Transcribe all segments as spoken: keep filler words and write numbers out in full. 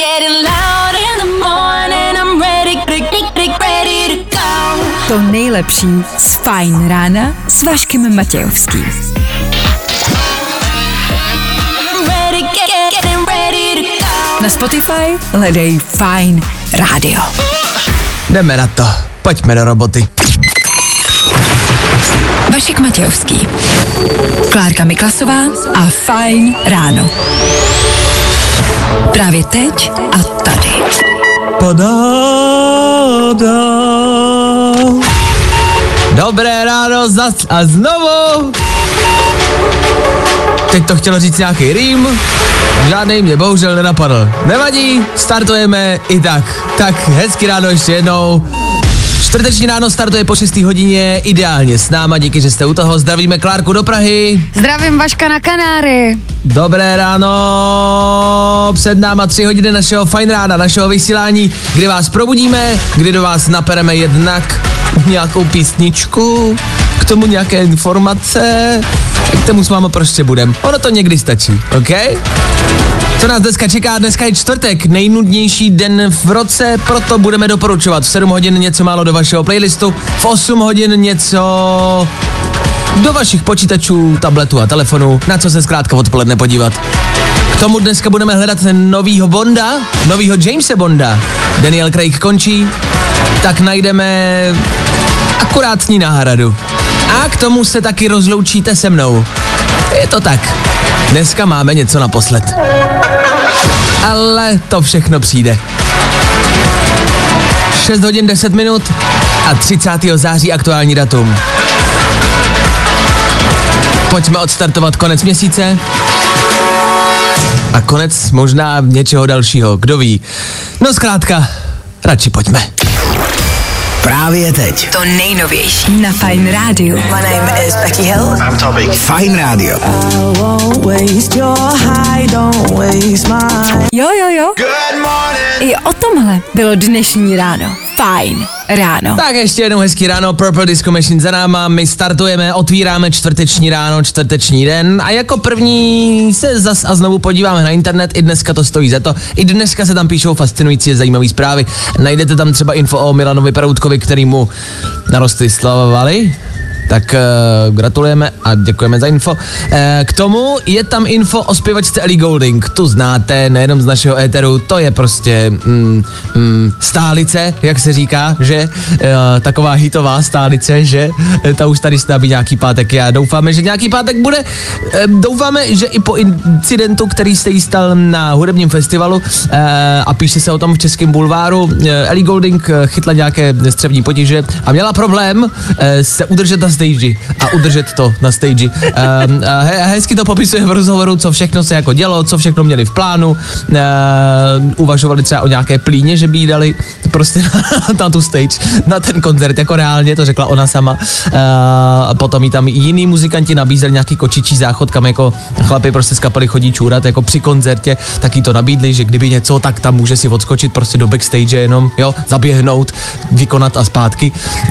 To nejlepší z Fajn rána s Vaškem Matějovským. Na Spotify hledej Fajn rádio. Jdeme na to, pojďme do roboty. Vašek Matějovský, Klárka Miklasová a Fajn ráno. Právě teď a tady. Padáda. Dobré ráno zas a znovu. Teď to chtělo říct nějaký rým, žádnej mě bohužel nenapadl. Nevadí, startujeme i tak. Tak hezky ráno ještě jednou. Čtvrteční ráno startuje po šesté hodině, ideálně s náma, díky, že jste u toho. Zdravíme Klárku do Prahy. Zdravím Vaška na Kanáry. Dobré ráno, před náma tři hodiny našeho Fajn rána, našeho vysílání, kdy vás probudíme, kdy do vás napereme jednak nějakou písničku, k tomu nějaké informace, k tomu s váma prostě budem. Ono to někdy stačí, OK? Co nás dneska čeká? Dneska je čtvrtek, nejnudnější den v roce, proto budeme doporučovat v sedm hodin něco málo do vašeho playlistu, v osm hodin něco do vašich počítačů, tabletů a telefonů, na co se zkrátka odpoledne podívat. K tomu dneska budeme hledat novýho Bonda, novýho Jamese Bonda. Daniel Craig končí, tak najdeme akurátní náhradu. A k tomu se taky rozloučíte se mnou. Je to tak. Dneska máme něco naposled. Ale to všechno přijde. šest hodin deset minut a třicátého září aktuální datum. Pojďme odstartovat konec měsíce a konec možná něčeho dalšího, kdo ví. No zkrátka, radši pojďme. Právě teď. To nejnovější na Fajn rádiu. My name is Becky Hill. I'm Topic. Fajn rádio. Jo, jo, jo. Good morning. I o tomhle bylo dnešní ráno. Fajn ráno. Tak ještě jednou hezký ráno, Purple Disco Machine za náma, my startujeme, otvíráme čtvrteční ráno, čtvrteční den a jako první se zas a znovu podíváme na internet, i dneska to stojí za to, i dneska se tam píšou fascinující a zajímavé zprávy, najdete tam třeba info o Milanovi Peroutkovi, který mu narostly slavovaly. Tak uh, gratulujeme a děkujeme za info. Uh, k tomu je tam info o zpěvačce Ellie Goulding. Tu znáte, nejenom z našeho éteru, to je prostě mm, mm, stálice, jak se říká, že? Uh, taková hitová stálice, že? Ta už tady staví nějaký pátek. Já doufáme, že nějaký pátek bude. Uh, doufáme, že i po incidentu, který se jí stal na hudebním festivalu uh, a píše se o tom v Českém bulváru, uh, Ellie Goulding chytla nějaké střevní potíže a měla problém uh, se udržet na stage a udržet to na stage. Um, a he, hezky to popisuje v rozhovoru, co všechno se jako dělo, co všechno měli v plánu. Uh, uvažovali třeba o nějaké plíně, že by jí dali prostě na, na tu stage, na ten koncert, jako reálně, to řekla ona sama. Uh, potom jí tam jiní muzikanti nabízeli nějaký kočičí záchod, kam jako chlapi prostě z kapely chodí čůrat, jako při koncertě, tak jí to nabídli, že kdyby něco, tak tam může si odskočit prostě do backstage jenom, jo, zaběhnout, vykonat a zpátky. Uh,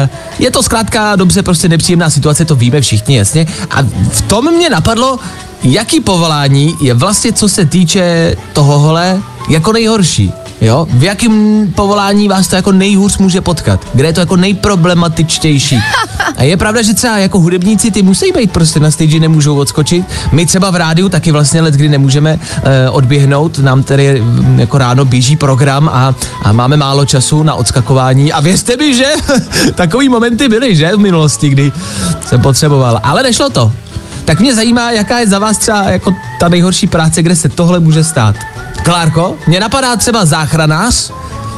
je to zkrátka dobře prostě nepříjemná situace, to víme všichni, jasně. A v tom mě napadlo, jaký povolání je vlastně, co se týče tohohle, jako nejhorší. Jo? V jakém povolání vás to jako nejhůř může potkat? Kde je to jako nejproblematičtější? A je pravda, že třeba jako hudebníci ty musí být prostě na stage, nemůžou odskočit. My třeba v rádiu taky vlastně let, kdy nemůžeme uh, odběhnout, nám tedy jako ráno běží program a, a máme málo času na odskakování a věřte mi, že takový momenty byly, že v minulosti, kdy jsem potřeboval, ale nešlo to. Tak mě zajímá, jaká je za vás třeba jako ta nejhorší práce, kde se tohle může stát. Klárko, mě napadá třeba záchranář.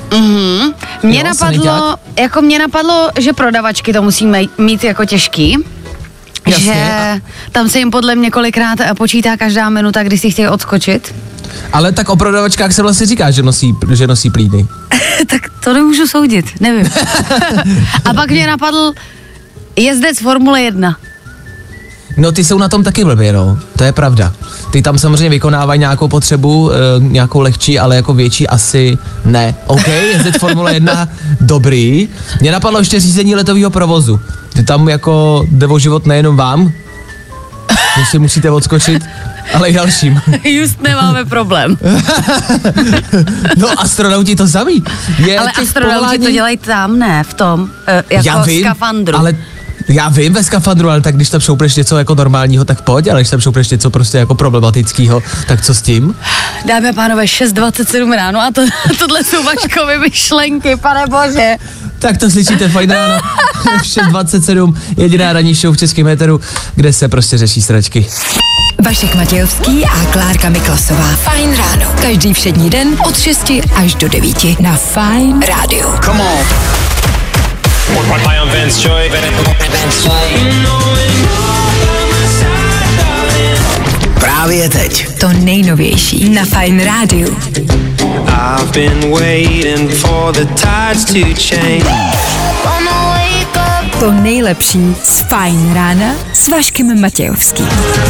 Mhm. Mě jo, napadlo, jako mě napadlo, že prodavačky to musí mít jako těžký. Jasně. Že tam se jim podle mě kolikrát počítá každá minuta, kdy si chtějí odskočit. Ale tak o prodavačkách se vlastně říká, že nosí, že nosí plíny. Tak to nemůžu soudit, nevím. A pak mě napadl jezdec Formule jedna. No ty jsou na tom taky blbě, no, to je pravda. Ty tam samozřejmě vykonávají nějakou potřebu, e, nějakou lehčí, ale jako větší asi ne. OK, jezdit Formule jedna, dobrý. Mě napadlo ještě řízení letového provozu. Ty tam jako jde o život nejenom vám, že si musíte odskočit, ale i dalším. Just nemáme problém. No, astronauti to samý. Je ale astronauti povolání... to dělají tam, ne, v tom, uh, jako já vím, skafandru. Ale já vím ve skafandru, ale tak když tam šoupneš něco jako normálního, tak pojď, ale když tam šoupneš něco prostě jako problematického, tak co s tím? Dámy a pánové, šest dvacet sedm ráno a to, tohle jsou Vaškovy myšlenky, pane bože. Tak to slyšíte, Fajn ráno, šest dvacet sedm, jediná ranní show v českém éteru, kde se prostě řeší sračky. Vašek Matějovský a Klárka Miklasová. Fajn ráno. Každý všední den od šesti až do devíti na Fajn rádiu. Come on. Hi, I'm Vance Joy. Právě teď. To nejnovější na Fajn rádiu. I've been waiting for the tides to change. To nejlepší z Fajn rána s Vaškem Matějovským.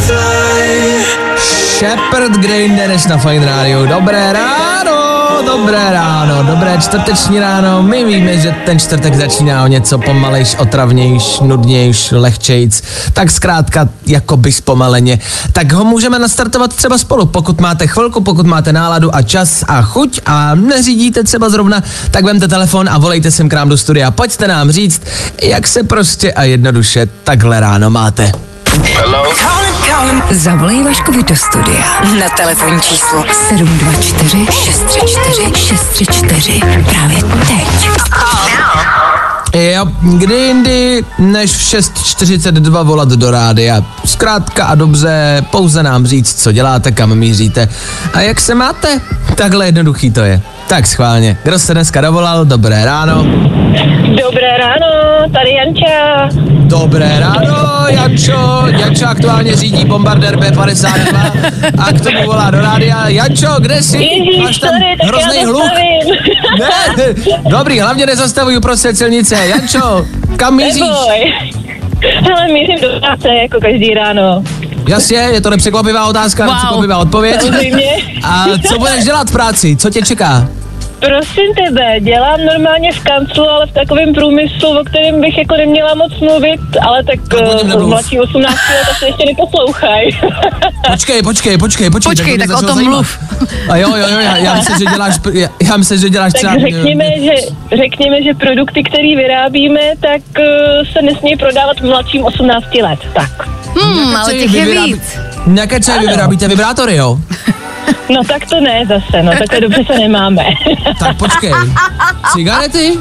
Shepard Grinders na Fajn rádiu. Dobré ráno, dobré ráno, dobré čtvrteční ráno. My víme, že ten čtvrtek začíná o něco pomalejš, otravnějš, nudnějš, lehčejc. Tak zkrátka, jakoby zpomaleně. Tak ho můžeme nastartovat třeba spolu. Pokud máte chvilku, pokud máte náladu a čas a chuť a neřídíte třeba zrovna, tak vemte telefon a volejte sem k nám do studia. Pojďte nám říct, jak se prostě a jednoduše takhle ráno máte. Hello? Zavolej Vaškovi do studia na telefonní číslo sedm dva čtyři šest tři čtyři šest tři čtyři právě teď. Jo, kdy jindy než v šest čtyřicet dva volat do rádia. Zkrátka a dobře, pouze nám říct, co děláte, kam míříte a jak se máte. Takhle jednoduchý to je. Tak schválně. Kdo se dneska dovolal? Dobré ráno. Dobré ráno, tady Janča. Dobré ráno, Jančo. Jančo aktuálně řídí Bombardér bé padesát dva a k tomu volá do rádia. Jančo, kde jsi? Ježíš, Máš tam sorry, tak hrozný já hluk. Ne, dobrý, hlavně nezastavuj uprostřed silnice. Jančo, kam míříš? Neboj. Hele, mířím do práce jako každý ráno. Jasně, je to nepřekvapivá otázka, Wow. nepřekvapivá odpověď. Samozřejmě. A co budeš dělat v práci? Co tě čeká? Prosím tebe, dělám normálně v kanclu, ale v takovém průmyslu, o kterém bych jako neměla moc mluvit, ale tak o něm uh, nemluv. mladší osmnáct let se ještě neposlouchají. Počkej, počkej, počkej, počkej. Počkej, tak mě o začalo tom zajímat. mluv. A jo, jo, jo, já, já myslím, že děláš, já, já myslím, že děláš třeba... Tak řekněme, že, řekněme, že produkty, které vyrábíme, tak uh, se nesmí prodávat mladším osmnácti let. Tak. Hmm, ale těch je víc. Jaké co vy vyrábíte? Vibrátory, jo? No tak to ne zase, no takhle dobře se nemáme. Tak počkej. Cigarety?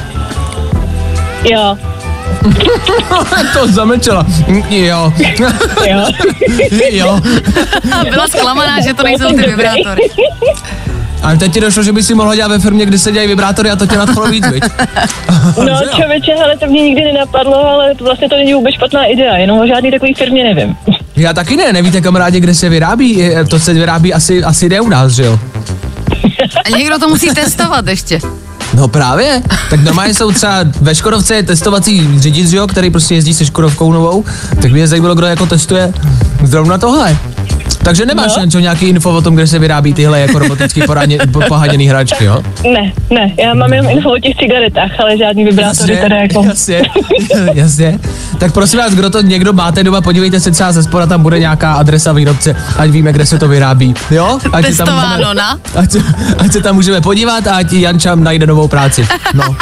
Jo. To zamlčela. Jo. Jo. Jo. Byla zklamaná, že to nejsou ty vibrátory. A teď ti došlo, že by si mohla dělat ve firmě, kde se dělají vibrátory a to tě nadchlo víc, viď? No člověče, hele, to mě nikdy nenapadlo, ale vlastně to není vůbec špatná idea, jenom o žádný takový firmě nevím. Já taky ne, nevíte kamarádi, kde se vyrábí? To se vyrábí asi, asi jde u nás, že jo? A někdo to musí testovat ještě. No právě, tak normálně jsou třeba ve Škodovce je testovací řidič, jo, který prostě jezdí se Škodovkou novou, tak mě zajímalo, kdo jako testuje zrovna tohle. Takže nemáš no. nějaký info o tom, kde se vyrábí tyhle jako roboticky poháněný hračky, jo? Ne, ne, já mám jenom info o těch cigaretách, ale žádný vibrátory tady jako... Jasně, jasně. Tak prosím vás, kdo to někdo máte doma, podívejte se třeba ze spoda, tam bude nějaká adresa výrobce, ať víme, kde se to vyrábí, jo? Ať Testováno, můžeme, na? Ať, ať se tam můžeme podívat a ať Janča najde novou práci, no.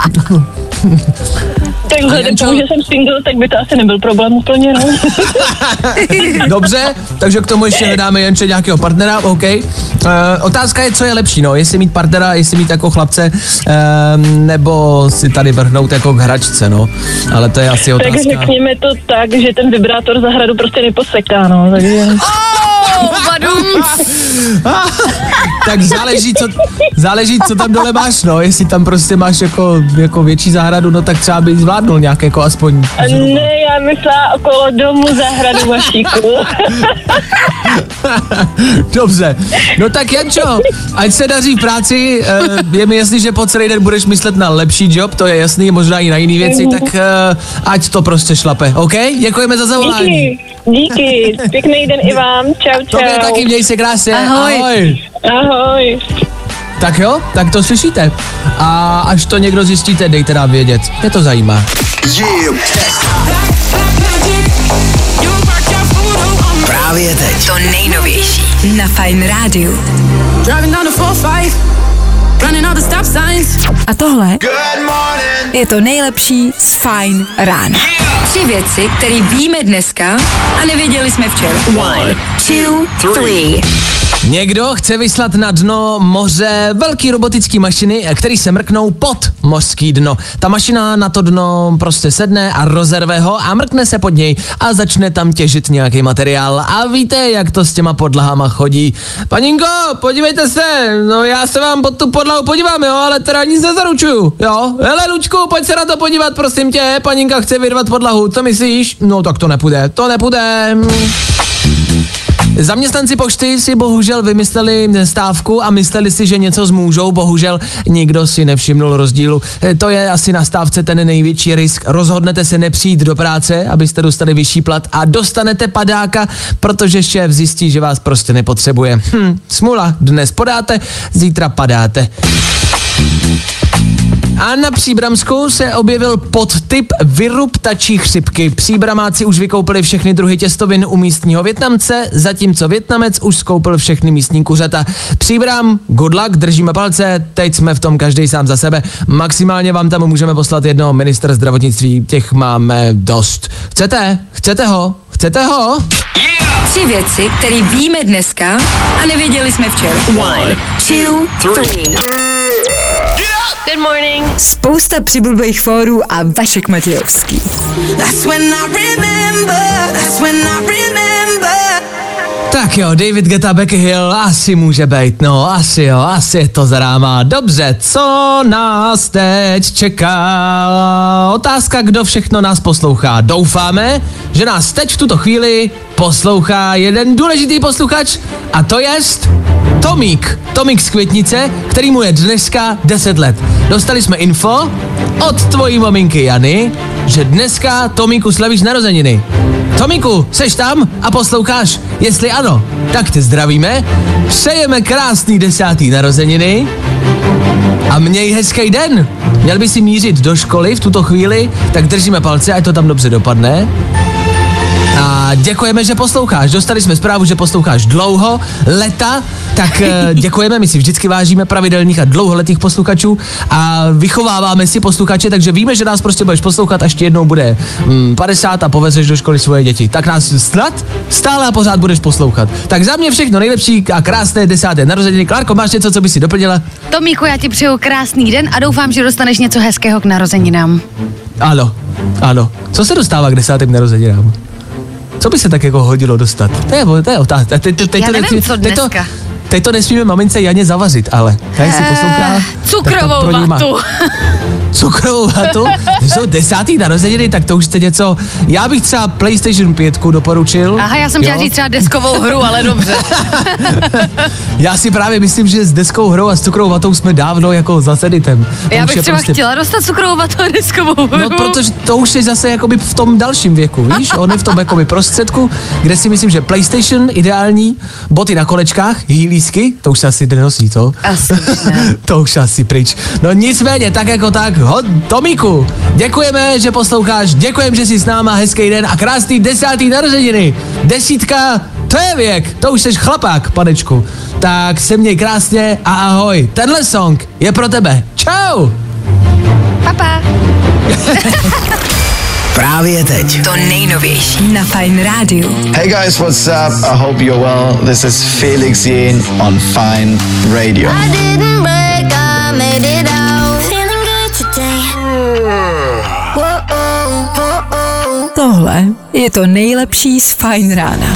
Tak vzhledem k tomu, že jsem single, tak by to asi nebyl problém úplně, no. Dobře, takže k tomu ještě hledáme Janče nějakého partnera, OK. Uh, otázka je, co je lepší, no, jestli mít partnera, jestli mít jako chlapce, uh, nebo si tady vrhnout jako k hračce, no. Ale to je asi otázka. Tak řekněme to tak, že ten vibrátor zahradu prostě neposeká, no, takže... Oh, badum. Tak záleží co, záleží, co tam dole máš, no, jestli tam prostě máš jako, jako větší zahradu, no tak třeba by zvládnul nějak jako aspoň... Ne, já myslela okolo domu zahradu Vašíku. Dobře, no tak Jančo, ať se daří v práci, je mi jasný, že po celý den budeš myslet na lepší job, to je jasný, možná i na jiný věci, tak ať to prostě šlape, OK? Děkujeme za zavolání. Díky, díky, pěkný den i vám, čau, čau. Tobě taky, měj se krásně, Ahoj. ahoj. Ahoj. Tak jo, tak to slyšíte. A až to někdo zjistíte, dejte nám vědět, mě to zajímá. Yeah. Právě teď. To nejnovější na Fajn rádiu. A tohle je to nejlepší z Fajn rána. Tři věci, které víme dneska a nevěděli jsme včera. One, two, three. Někdo chce vyslat na dno moře velký robotický mašiny, který se mrknou pod mořský dno. Ta mašina na to dno prostě sedne a rozerve ho a mrkne se pod něj a začne tam těžit nějaký materiál. A víte, jak to s těma podlahama chodí. Paninko, podívejte se, no já se vám pod tu podlahu podívám, jo, ale teda nic nezaručuju, jo. Hele, Lučku, pojď se na to podívat, prosím tě, paninka chce vyrvat podlahu, co myslíš? No tak to nepůjde, to nepůjde. Zaměstnanci pošty si bohužel vymysleli stávku a mysleli si, že něco zmůžou, bohužel nikdo si nevšimnul rozdílu. To je asi na stávce ten největší risk. Rozhodnete se nepřijít do práce, abyste dostali vyšší plat a dostanete padáka, protože šéf zjistí, že vás prostě nepotřebuje. Hm, smula, dnes podáte, zítra padáte. A na Příbramsku se objevil podtyp viru ptačí chřipky. Příbramáci už vykoupili všechny druhy těstovin u místního Vietnamce, zatímco Vietnamec už skoupil všechny místní kuřata. Příbram, good luck, držíme palce, teď jsme v tom každý sám za sebe. Maximálně vám tam můžeme poslat jednoho ministra zdravotnictví, těch máme dost. Chcete? Chcete ho? Chcete ho? Tři věci, které víme dneska a nevěděli jsme včera. One, two, three. Good morning. Spousta přibulbých fórů a Vašek Matějovský. That's when I remember, that's when I remember. Tak jo, David Guetta, Becky Hill, asi může být, no, asi jo, asi je to zráma. Dobře, co nás teď čeká? Otázka, kdo všechno nás poslouchá. Doufáme, že nás teď v tuto chvíli poslouchá jeden důležitý posluchač a to jest Tomík. Tomík z Květnice, který mu je dneska deset let. Dostali jsme info od tvojí maminky Jany, že dneska Tomíku slavíš narozeniny. Tomíku, seš tam a posloucháš? Jestli ano, tak te zdravíme, přejeme krásný desátý narozeniny a měj hezký den. Měl by si mířit do školy v tuto chvíli, tak držíme palce, ať to tam dobře dopadne. A děkujeme, že posloucháš. Dostali jsme zprávu, že posloucháš dlouho, leta, tak děkujeme, my si vždycky vážíme pravidelných a dlouholetých posluchačů a vychováváme si posluchače, takže víme, že nás prostě budeš poslouchat, až ti jednou bude mm, padesát a povezeš do školy svoje děti. Tak nás snad stále a pořád budeš poslouchat. Tak za mě všechno nejlepší a krásné desáté narozeniny. Klárko, máš něco, co by si doplnila? Tomíku, já ti přeju krásný den a doufám, že dostaneš něco hezkého k narozeninám. Ano, ano. Co se dostává k desátým narozeninám? Co by se tak jako hodilo dostat? To je, to je otázka. Te, te, te, Já to nevím, nesmí, co teď to, dneska. teď to nesmíme mamince Janě zavařit, ale tady si poslouchá. Cukrovou vatu. Cukrovou vatu? To jsou desátý narozeniny, tak to už jste něco. Já bych třeba PlayStation pět doporučil. Aha, já jsem chtěla říct třeba deskovou hru, ale dobře. Já si právě myslím, že s deskou hrou a s cukrovou vatou jsme dávno jako za seditem. Já bych třeba prostě... chtěla dostat cukrovou vatu a deskovou hru. No, protože to už je zase jakoby v tom dalším věku, víš? On je v tom jakoby prostředku, kde si myslím, že PlayStation ideální, boty na kolečkách, hýlísky, to už se asi nenosí, to? Asi ne. To už asi pryč. No nicméně, tak jako tak, ho, Tomíku, děkujeme, že posloucháš, děkujeme, že jsi s náma, hezký den a krásný desátý narozeniny. Desítka, to je věk, to už jsi chlapák, panečku. Tak se měj krásně a ahoj. Tenhle song je pro tebe. Čau! Papa. Právě teď. To nejnovější na Fajn rádiu. Hey guys, what's up? I hope you're well. This is Felix Jen on Fine Radio. I didn't break, I made it out. Feeling good today. Whoa, oh, oh, oh. Tohle je to nejlepší z Fajn rána.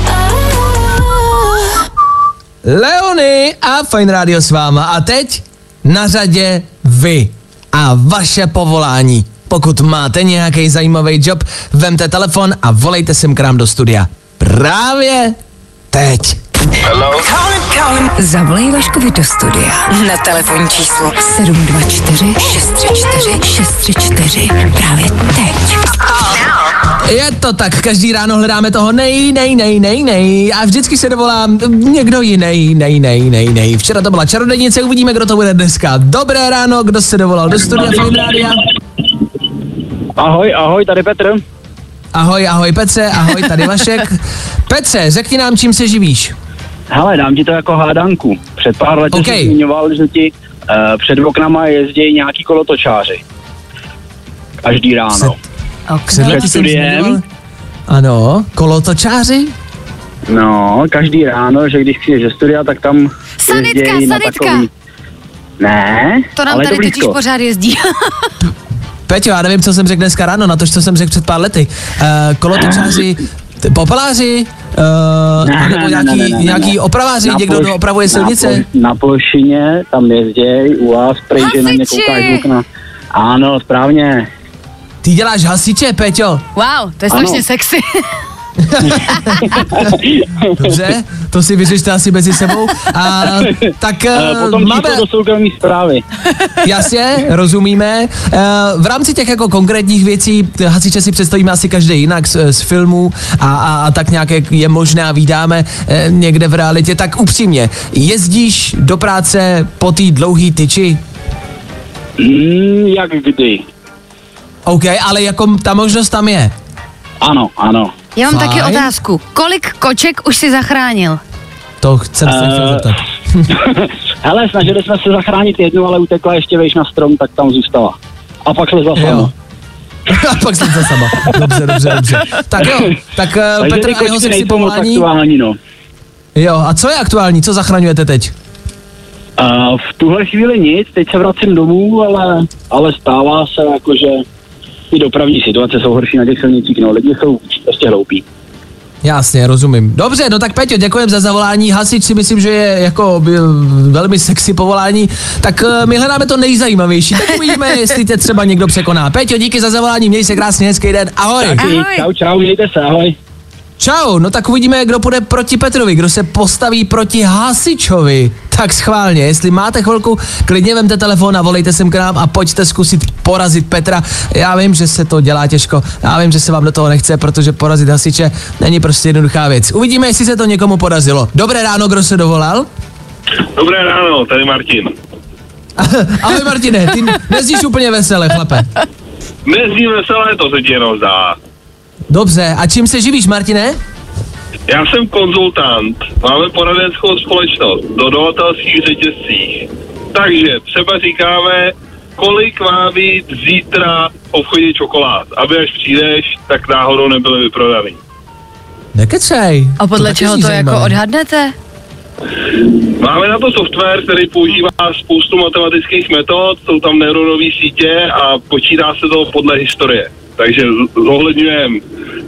Leony a Fajn rádio s váma a teď na řadě vy a vaše povolání. Pokud máte nějaký zajímavý job, vemte telefon a volejte sem k nám do studia. Právě teď. Hello? Zavolej Vaškovi do studia na telefonní číslo sedm dva čtyři šest tři čtyři šest tři čtyři. Právě teď. Je to tak, každý ráno hledáme toho nej, nej, nej, nej, nej a vždycky se dovolá někdo jiný, nej, nej, nej, nej. Včera to byla čarodějnice, uvidíme, kdo to bude dneska. Dobré ráno, kdo se dovolal do studia Fajn rádia? Ahoj, ahoj, tady Petr. Ahoj, ahoj Petře, ahoj, tady Vašek. Petře, řekni nám, čím se živíš? Hele, dám ti to jako hádanku. Před pár lety okay. jsi zmiňoval, že ti uh, před oknama jezdí nějaký kolotočáři. Každý ráno. Před, okay. před lety jsem zmiňoval? Ano, kolotočáři? No, každý ráno, že když přijdeš ze studia, tak tam sanitka, sanitka. Takový... Ne, to nám ale tady to totiž pořád jezdí. Peťo, já nevím, co jsem řekl dneska ráno, na to, co jsem řekl před pár lety. Uh, kolotočáři, t- popeláři, uh, ne, nebo nějaký, ne, ne, ne, nějaký ne. opraváři, na někdo, kdo opravuje silnice? Na, ploš, na plošině, tam jezděj, u vás, prej, že na mě koukáš z okna. Ano, správně. Ty děláš hasiče, Peťo? Wow, to je strašně sexy. Dobře, to si vyřešte asi mezi sebou. A tak uh, potom máme... do soukromí zprávy. Jasně, rozumíme. Uh, v rámci těch jako konkrétních věcí hasiče si představíme asi každý jinak z, z filmů a, a, a tak nějak je možné a vídáme uh, někde v realitě. Tak upřímně, jezdíš do práce po té dlouhý tyči? Mm, jak kdy. OK, ale jako ta možnost tam je. Ano, ano. Já mám Fajn. taky otázku. Kolik koček už si zachránil? To chcem se uh, zeptat. Hele, snažili jsme se zachránit jednu, ale utekla ještě vejš na strom, tak tam zůstala. A pak šla sama. A pak jsem sama. Dobře, dobře, dobře. Tak jo, tak uh, Petr a jeho sexy povolání. No. Jo, a co je aktuální? Co zachraňujete teď? Uh, v tuhle chvíli nic, teď se vracím domů, ale, ale stává se jakože ty dopravní situace jsou horší na těch silnicích, no lidi jsou prostě hloupí. Jasně, rozumím. Dobře, no tak Peťo, děkujem za zavolání. Hasič si myslím, že je jako by, velmi sexy povolání. Tak uh, my hledáme to nejzajímavější. Tak uvidíme, jestli tě třeba někdo překoná. Peťo, díky za zavolání, měj se krásně, hezký den. Ahoj. Taky, ahoj. Čau, čau, mějte se, ahoj. Čau, no tak uvidíme, kdo půjde proti Petrovi, kdo se postaví proti hasičovi. Tak schválně, jestli máte chvilku, klidně vemte telefon a volejte sem k nám a pojďte zkusit porazit Petra. Já vím, že se to dělá těžko, já vím, že se vám do toho nechce, protože porazit hasiče není prostě jednoduchá věc. Uvidíme, jestli se to někomu podařilo. Dobré ráno, kdo se dovolal? Dobré ráno, tady Martin. Ahoj Martine, ty nezdíš úplně veselé, chlape. Nezdím veselé, to se ti jenom zdá. Dobře, a čím se živíš, Martine? Já jsem konzultant, máme poradenskou společnost v dodavatelských řetězcích. Takže třeba říkáme, kolik má být zítra v obchodě čokolád, aby až přijdeš, tak náhodou nebyly vyprodaný. Nekecej. A podle to čeho to zajímavé. Jako odhadnete? Máme na to software, který používá spoustu matematických metod, jsou tam neuronové sítě a počítá se to podle historie. Takže zohledňujeme,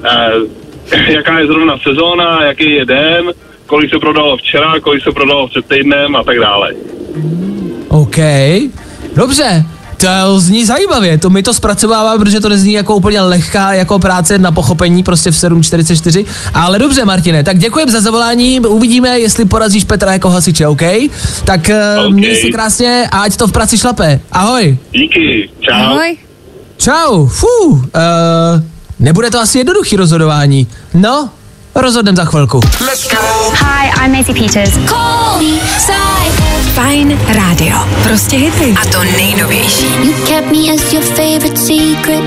eh, jaká je zrovna sezóna, jaký je den, kolik se prodalo včera, kolik se prodalo před týdnem a tak dále. OK, dobře. To zní zajímavě, to my to zpracováváme, protože to nezní jako úplně lehká jako práce na pochopení prostě v sedm čtyřicet čtyři, ale dobře Martine, tak děkujem za zavolání, uvidíme, jestli porazíš Petra jako hasiče, OK? Tak okay. Měj si krásně a ať to v práci šlape. Ahoj. Díky, čau. Ahoj. Čau, fů, uh, nebude to asi jednoduchý rozhodování, no, rozhodnem za chvilku. Let's go. Hi, I'm Maisie Peters. Call me Psycho. Fajn rádio. Prostě hity. A to nejnovější. You kept me as your favorite secret.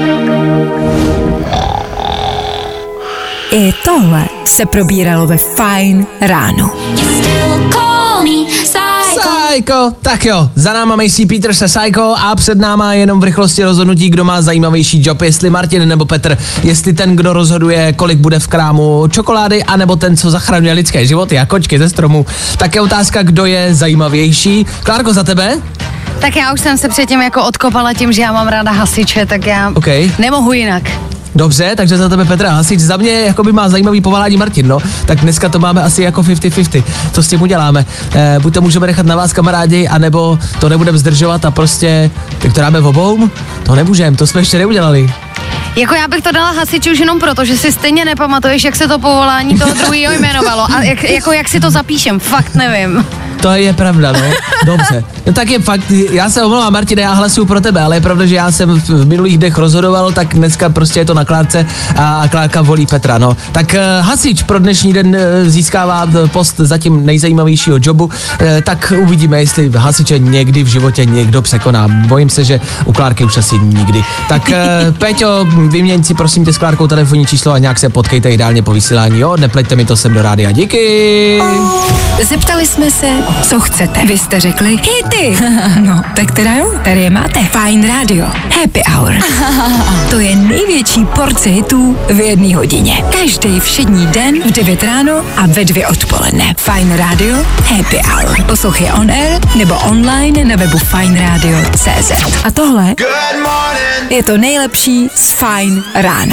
I tohle se probíralo ve Fajn ráno. You still call me Psycho. Psycho, tak jo, za náma Maisie Peters a Psycho a před náma jenom v rychlosti rozhodnutí, kdo má zajímavější job, jestli Martin nebo Petr, jestli ten, kdo rozhoduje, kolik bude v krámu čokolády, anebo ten, co zachraňuje lidské životy a kočky ze stromu. Tak je otázka, kdo je zajímavější. Klárko, za tebe? Tak já už jsem se předtím jako odkopala tím, že já mám ráda hasiče, tak já okay. nemohu jinak. Dobře, takže za tebe Petra hasič, za mě jakoby má zajímavý povolání Martin, no. Tak dneska to máme asi jako padesát padesát. Co s tím uděláme? E, buď to můžeme nechat na vás, kamarádi, anebo to nebudeme zdržovat a prostě, tak to dáme v obou? To nemůžeme, to jsme ještě neudělali. Jako já bych to dala hasiči už jenom proto, že si stejně nepamatuješ, jak se to povolání toho druhého jmenovalo a jak, jako jak si to zapíšem, fakt nevím. To je pravda, no. Dobře. No tak je fakt, já se omlouvám, Martine, já hlasuju pro tebe, ale je pravda, že já jsem v minulých dnech rozhodoval, tak dneska prostě je to na Klárce a Klárka volí Petra, no. Tak uh, hasič pro dnešní den uh, získává post zatím nejzajímavějšího jobu, uh, tak uvidíme, jestli hasiče někdy v životě někdo překoná. Bojím se, že u Klárky už asi nikdy. Tak uh, Péťo, vyměň si prosím tě s Klárkou telefonní číslo a nějak se potkejte ideálně po vysílání, jo? Nepleťte mi to sem do rádia. Díky! Zeptali jsme se, co chcete. Vy jste řekli hity. No, tak teda jo, tady je máte. Fajn Radio, Happy Hour. To je největší porce hitů v jedné hodině. Každý všední den v devět ráno a ve dvě odpoledne. Fajn Radio, Happy Hour. Poslouchej on air nebo online na webu fajn radio tečka cé zet. A tohle je to nejlepší z Fajn rána.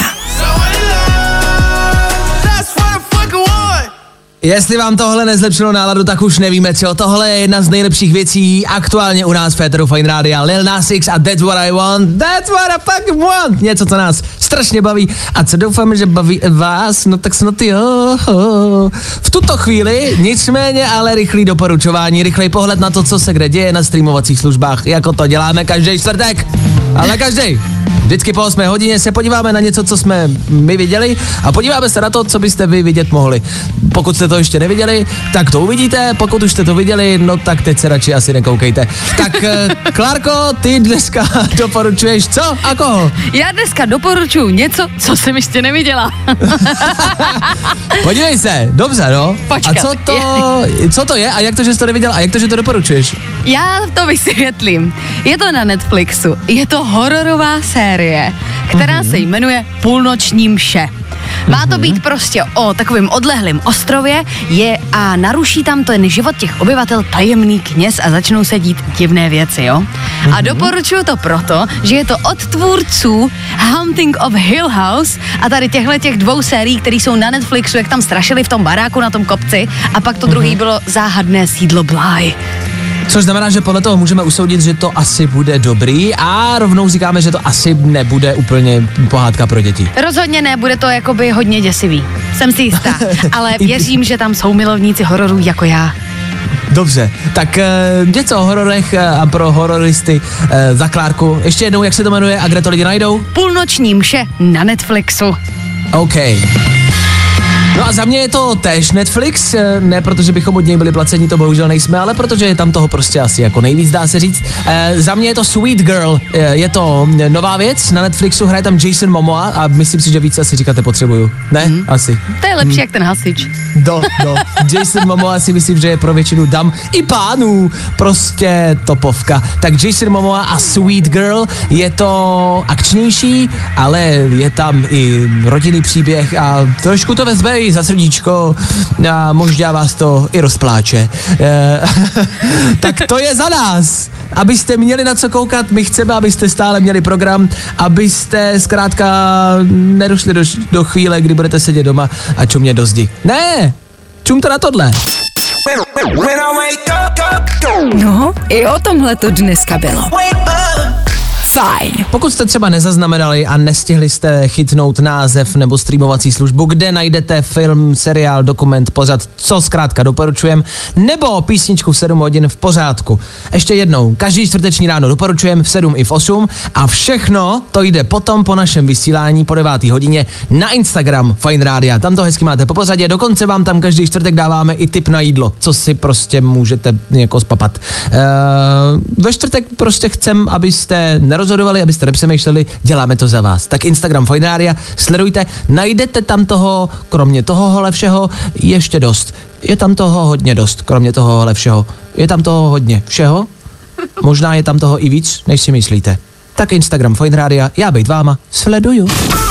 Jestli vám tohle nezlepšilo náladu, tak už nevíme co. Tohle je jedna z nejlepších věcí aktuálně u nás v Féteru Fajn Rádia. Lil Nas X a That's What I Want. That's what I fucking want. Něco, co nás strašně baví. A co doufáme, že baví vás, no tak snad jo. V tuto chvíli nicméně ale rychlý doporučování, rychlej pohled na to, co se kde děje na streamovacích službách, jako to děláme každý čtvrtek. Ale každý. Vždycky po osmé hodině se podíváme na něco, co jsme my viděli a podíváme se na to, co byste vy vidět mohli. Pokud jste to ještě neviděli, tak to uvidíte, pokud už jste to viděli, no tak teď se radši asi nekoukejte. Tak Klárko, ty dneska doporučuješ co a koho? Já dneska doporučuji něco, co jsem ještě neviděla. Podívej se, dobře no. Počkat. A co to, co to je a jak to, že jsi to neviděl a jak to, že to doporučuješ? Já to vysvětlím. Je to na Netflixu, je to hororová série, která mm-hmm. se jmenuje Půlnoční mše. Má to být prostě o takovém odlehlém ostrově je a naruší tam ten život těch obyvatel tajemný kněz a začnou se dít divné věci, jo? Mm-hmm. A doporučuju to proto, že je to od tvůrců Haunting of Hill House a tady těchto těch dvou sérií, které jsou na Netflixu, jak tam strašili v tom baráku na tom kopci a pak to mm-hmm. druhý bylo Záhadné sídlo Bly. Což znamená, že podle toho můžeme usoudit, že to asi bude dobrý a rovnou říkáme, že to asi nebude úplně pohádka pro děti. Rozhodně ne, bude to jakoby hodně děsivý. Jsem si jistá, ale věřím, že tam jsou milovníci hororů jako já. Dobře, tak uh, něco o hororech uh, a pro hororisty uh, za Klárku. Ještě jednou, jak se to jmenuje a kde to lidi najdou? Půlnoční mše na Netflixu. OK. No a za mě je to též Netflix, ne protože bychom od něj byli placeni, to bohužel nejsme, ale protože je tam toho prostě asi jako nejvíc, dá se říct. E, za mě je to Sweet Girl, e, je to nová věc, na Netflixu hraje tam Jason Momoa a myslím si, že víc asi říkat nepotřebuju. Ne? Mm. Asi. To je lepší mm. jak ten hasič. Do, do. Jason Momoa si myslím, že je pro většinu dam i pánů prostě topovka. Tak Jason Momoa a Sweet Girl, je to akčnější, ale je tam i rodinný příběh a trošku to vezme za srdíčko a možná vás to i rozpláče. E, tak to je za nás. Abyste měli na co koukat, my chceme, abyste stále měli program, abyste zkrátka nedošli do, do chvíle, kdy budete sedět doma a čumět do zdi. Ne, čumte na tohle. No, i o tomhle to dneska bylo. Fajn. Pokud jste třeba nezaznamenali a nestihli jste chytnout název nebo streamovací službu, kde najdete film, seriál, dokument, pořad, co zkrátka doporučujem, nebo písničku v sedm hodin v pořádku. Ještě jednou, každý čtvrteční ráno doporučujem v sedm i v osm a všechno to jde potom po našem vysílání po devátý hodině na Instagram Fajn Rádia. Tam to hezky máte po pořadě, dokonce vám tam každý čtvrtek dáváme i tip na jídlo, co si prostě můžete jako spapat. Eee, ve čtvrtek prostě chcem, abyste nerozhodovali, abyste nepřemýšleli, děláme to za vás. Tak Instagram Fajn Rádia, sledujte, najdete tam toho, kromě tohohle všeho, ještě dost. Je tam toho hodně dost, kromě tohohle všeho. Je tam toho hodně všeho, možná je tam toho i víc, než si myslíte. Tak Instagram Fajn Rádia, já bejt váma, sleduju.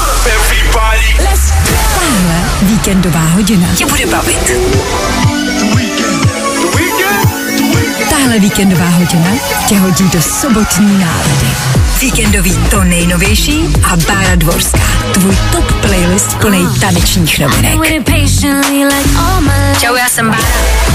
Tahle víkendová hodina tě bude bavit. Tahle víkendová hodina tě hodí do sobotní nálady. Víkendový to nejnovější a Bára Dvorská. Tvůj top playlist plnej tanečních novinek. Čau, já jsem Bára.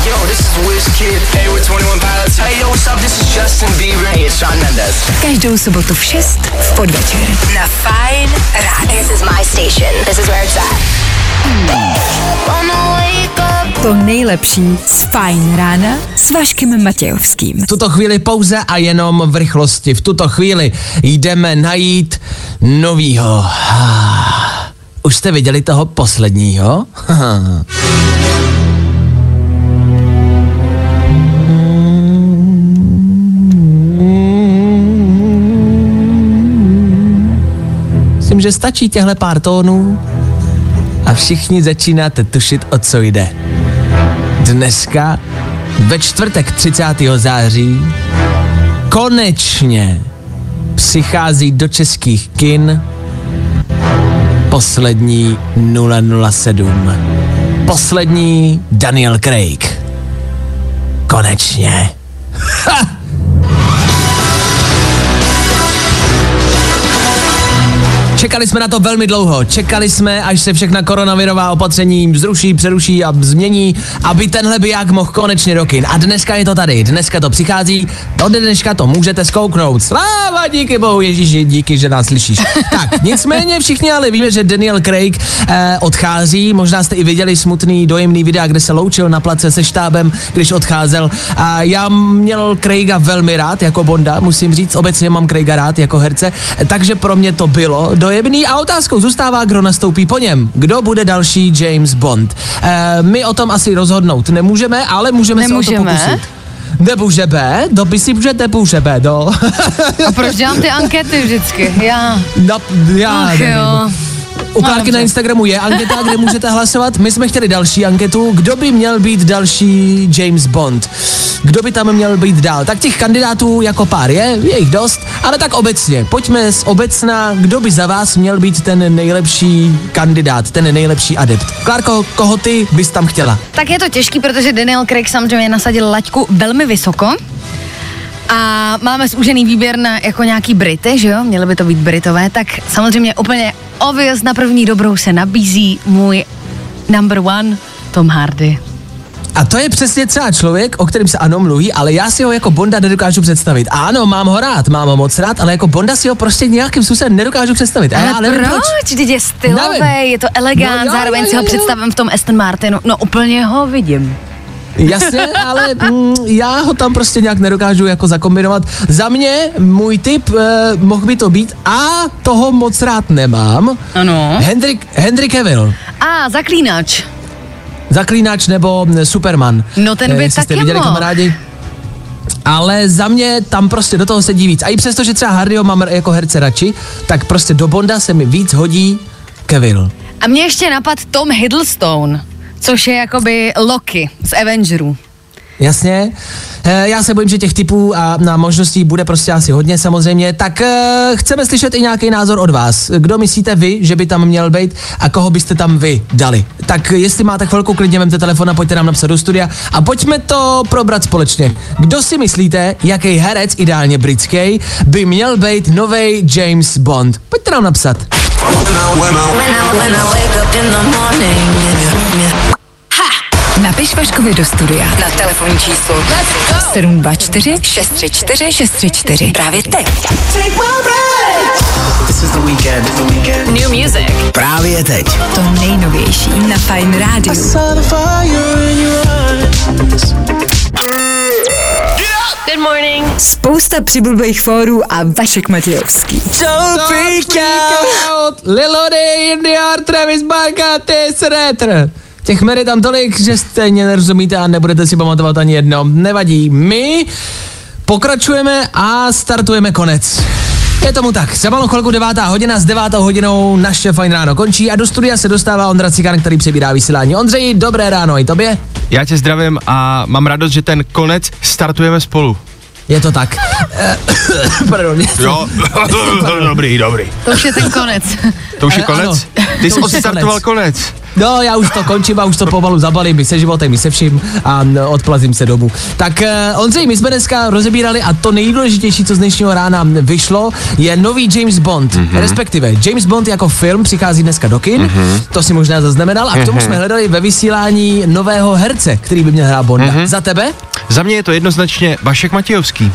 Každou sobotu v šest v podvečer. Na Fajn Rádiu. This is my station. This is where it's at. To nejlepší z Fajn rána s Vaškem Matějovským. V tuto chvíli pouze a jenom v rychlosti. V tuto chvíli jdeme najít novýho. Už jste viděli toho posledního? Myslím, že stačí těhle pár tónů a všichni začínáte tušit, o co jde. Dneska, ve čtvrtek třicátého září, konečně přichází do českých kin poslední nula nula sedm. Poslední Daniel Craig. Konečně. Ha! Čekali jsme na to velmi dlouho, čekali jsme, až se všechna koronavirová opatření zruší, přeruší a změní, aby tenhle biják mohl konečně do kin. A dneska je to tady, dneska to přichází, do dneška to můžete zkouknout. Sláva, díky bohu, Ježíši, díky, že nás slyšíš. Tak, nicméně všichni ale víme, že Daniel Craig eh, odchází, možná jste i viděli smutný, dojemný videa, kde se loučil na place se štábem, když odcházel. A já měl Craiga velmi rád jako Bonda, musím říct, obecně mám Craiga rád jako herce, takže pro mě to bylo do dojemný a otázkou zůstává, kdo nastoupí po něm. Kdo bude další James Bond? E, my o tom asi rozhodnout nemůžeme, ale můžeme, můžeme. se o to pokusit. Nemůžeme, dopisy můžete můžeme, do. A proč dělám ty ankety vždycky? Já. No, já Ach, nevím. jo. U Klárky no, na Instagramu je anketa, kde můžete hlasovat. My jsme chtěli další anketu. Kdo by měl být další James Bond? Kdo by tam měl být dál? Tak těch kandidátů jako pár je, je jich dost, ale tak obecně. Pojďme z obecna, kdo by za vás měl být ten nejlepší kandidát, ten nejlepší adept. Klárko, koho ty bys tam chtěla? Tak je to těžký, protože Daniel Craig samozřejmě nasadil laťku velmi vysoko. A máme zúžený výběr na jako nějaký Brity, že jo? Měly by to být Britové, tak samozřejmě úplně obvious na první dobrou se nabízí můj number one Tom Hardy. A to je přesně třeba člověk, o kterém se ano mluví, ale já si ho jako Bonda nedokážu představit. Ano, mám ho rád, mám ho moc rád, ale jako Bonda si ho prostě nějakým způsobem nedokážu představit. Ale, ale proč? proč? Teď je stylový, je to elegant, no, zároveň jo, si ho jo, představím v tom Aston Martinu, no úplně ho vidím. Jasně, ale mm, já ho tam prostě nějak nedokážu jako zakombinovat. Za mě můj tip eh, mohl by to být a toho moc rád nemám. Ano. Henry, Henry Cavill. A, Zaklínač. Zaklínač nebo Superman. No ten by eh, taky jste viděli, mohl. kamarádi? Ale za mě tam prostě do toho sedí víc. A i přesto, že třeba Hardyho mám jako herce radši, tak prostě do Bonda se mi víc hodí Cavill. A mě ještě napad Tom Hiddleston, což je jakoby Loki z Avengerů. Jasně. E, já se bojím, že těch typů a na možností bude prostě asi hodně samozřejmě, tak e, chceme slyšet i nějaký názor od vás. Kdo myslíte vy, že by tam měl být a koho byste tam vy dali? Tak jestli máte chvilku, klidně vemte telefon a pojďte nám napsat do studia a pojďme to probrat společně. Kdo si myslíte, jaký herec, ideálně britský, by měl být novej James Bond? Pojďte nám napsat. Napiš Vaškovi do studia na telefonní číslo sedm dva čtyři šest tři čtyři šest tři čtyři. Právě teď. This is the weekend. The weekend. New music. Právě teď. To nejnovější na Fajn rádiu. Good morning. Spousta přibulbých fórů a Vašek Matějovský. Don't freak out. Lilody, Indiar, Travis Barker, Tis Retr. Těch jmen je tam tolik, že stejně nerozumíte a nebudete si pamatovat ani jedno. Nevadí. My pokračujeme a startujeme konec. Je tomu tak. Za malou chvilku devátá hodina, s devátou hodinou naše Fajn ráno končí a do studia se dostává Ondra Cikán, který přebírá vysílání. Ondřeji, dobré ráno i tobě. Já tě zdravím a mám radost, že ten konec startujeme spolu. Je to tak. Pardon. Jo, dobrý, dobrý. To už je ten konec. To už je konec? Ano, Ty jsi odstartoval konec. No, já už to končím a už to pomalu zabalím i se životem, i se vším a odplazím se domů. Tak uh, Ondřej, my jsme dneska rozebírali a to nejdůležitější, co z dnešního rána vyšlo, je nový James Bond, mm-hmm. respektive James Bond jako film přichází dneska do kin, mm-hmm. to si možná zaznamenal a k tomu mm-hmm. jsme hledali ve vysílání nového herce, který by měl hrát Bonda. Mm-hmm. Za tebe? Za mě je to jednoznačně Vašek Matějovský.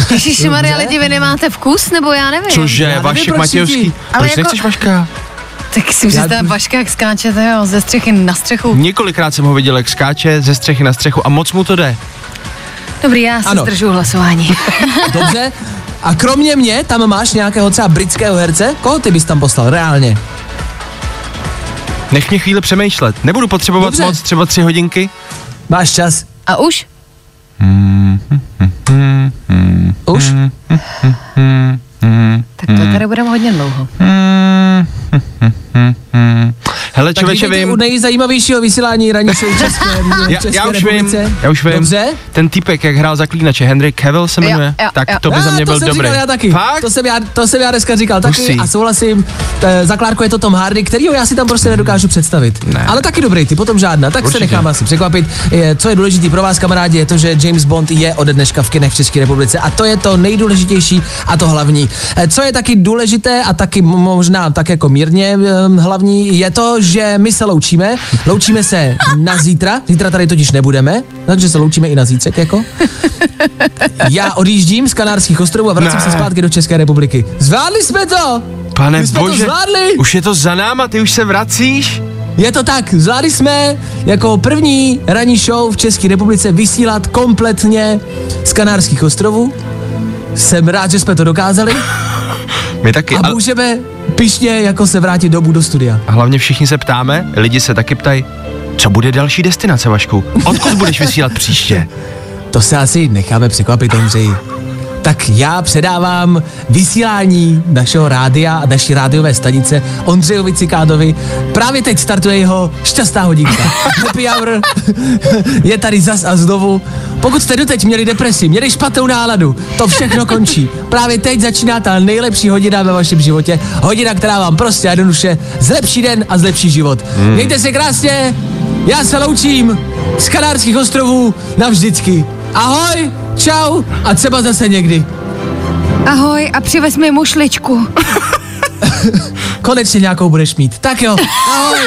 Ježišmarja, lidi, vy nemáte vkus, nebo já nevím. Cože, já nevím, Vašek Matějovský? Ale Proč jako... nechceš Vaška? Tak si představím Vaška, jak skáče jo, ze střechy na střechu. Několikrát jsem ho viděl, jak skáče ze střechy na střechu a moc mu to jde. Dobrý, já se zdržu hlasování. Dobře. A kromě mě tam máš nějakého třeba britského herce? Koho ty bys tam poslal, reálně? Nech mě chvíli přemýšlet. Nebudu potřebovat Dobře. moc, třeba tři hodinky. Máš čas. A už? Už? Tak to tady budeme hodně dlouho. Hele, člověče, vím. U nejzajímavějšího vysílání ranní show České, já, České já už republice. Vím, já už vím. Dobře? Ten týpek, jak hrál Zaklínače, Henry Cavill se jmenuje, jo, jo, tak jo. to by já, za mě to byl jsem dobrý. Říkal já taky. Fakt? To jsem já, to jsem já dneska říkal taky Musí. a souhlasím. T, za Klárku je to Tom Hardy, kterýho já si tam prostě nedokážu představit. Ne. Ale taky dobrý, ty potom žádná, tak Určitě. se nechám asi překvapit. Je, co je důležitý pro vás, kamarádi, je to, že James Bond je ode dneška v kinech v České republice a to je to nejdůležitější a to hlavní. Co je taky důležité a taky možná tak jako mírně hlavní, je to, že my se loučíme. Loučíme se na zítra, zítra tady totiž nebudeme, takže se loučíme i na zítřek, jako. Já odjíždím z Kanárských ostrovů a vracím ne. se zpátky do České republiky. Zvládli jsme to! Pane My jsme bože, to zvládli! Už je to za náma, ty už se vracíš? Je to tak, zvládli jsme jako první ranní show v České republice vysílat kompletně z Kanárských ostrovů. Jsem rád, že jsme to dokázali. My taky. A můžeme pyšně jako se vrátit domů do studia. A hlavně všichni se ptáme, lidi se taky ptají, co bude další destinace, Vašku? Odkud budeš vysílat příště? To se asi necháme překvapit, Ondřej. Tak já předávám vysílání našeho rádia a naší rádiové stanice Ondřejovi Cikádovi. Právě teď startuje jeho šťastná hodinka. Happy Hour je tady zas a znovu. Pokud jste doteď měli depresi, měli špatnou náladu, to všechno končí. Právě teď začíná ta nejlepší hodina ve vašem životě. Hodina, která vám prostě jednoduše zlepší den a zlepší život. Hmm. Mějte se krásně, já se loučím z Kanárských ostrovů navždycky. Ahoj, čau a třeba zase někdy. Ahoj a přivez mi mušličku. Konečně nějakou budeš mít. Tak jo, ahoj.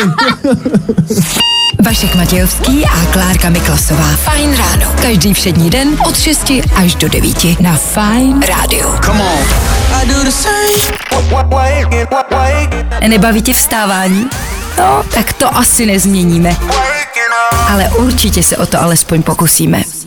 Vašek Matějovský a Klárka Miklasová. Fajn ráno. Každý všední den od šesti až do devíti na Fajn rádiu. Come on. Nebaví tě vstávání? No, tak to asi nezměníme. Ale určitě se o to alespoň pokusíme.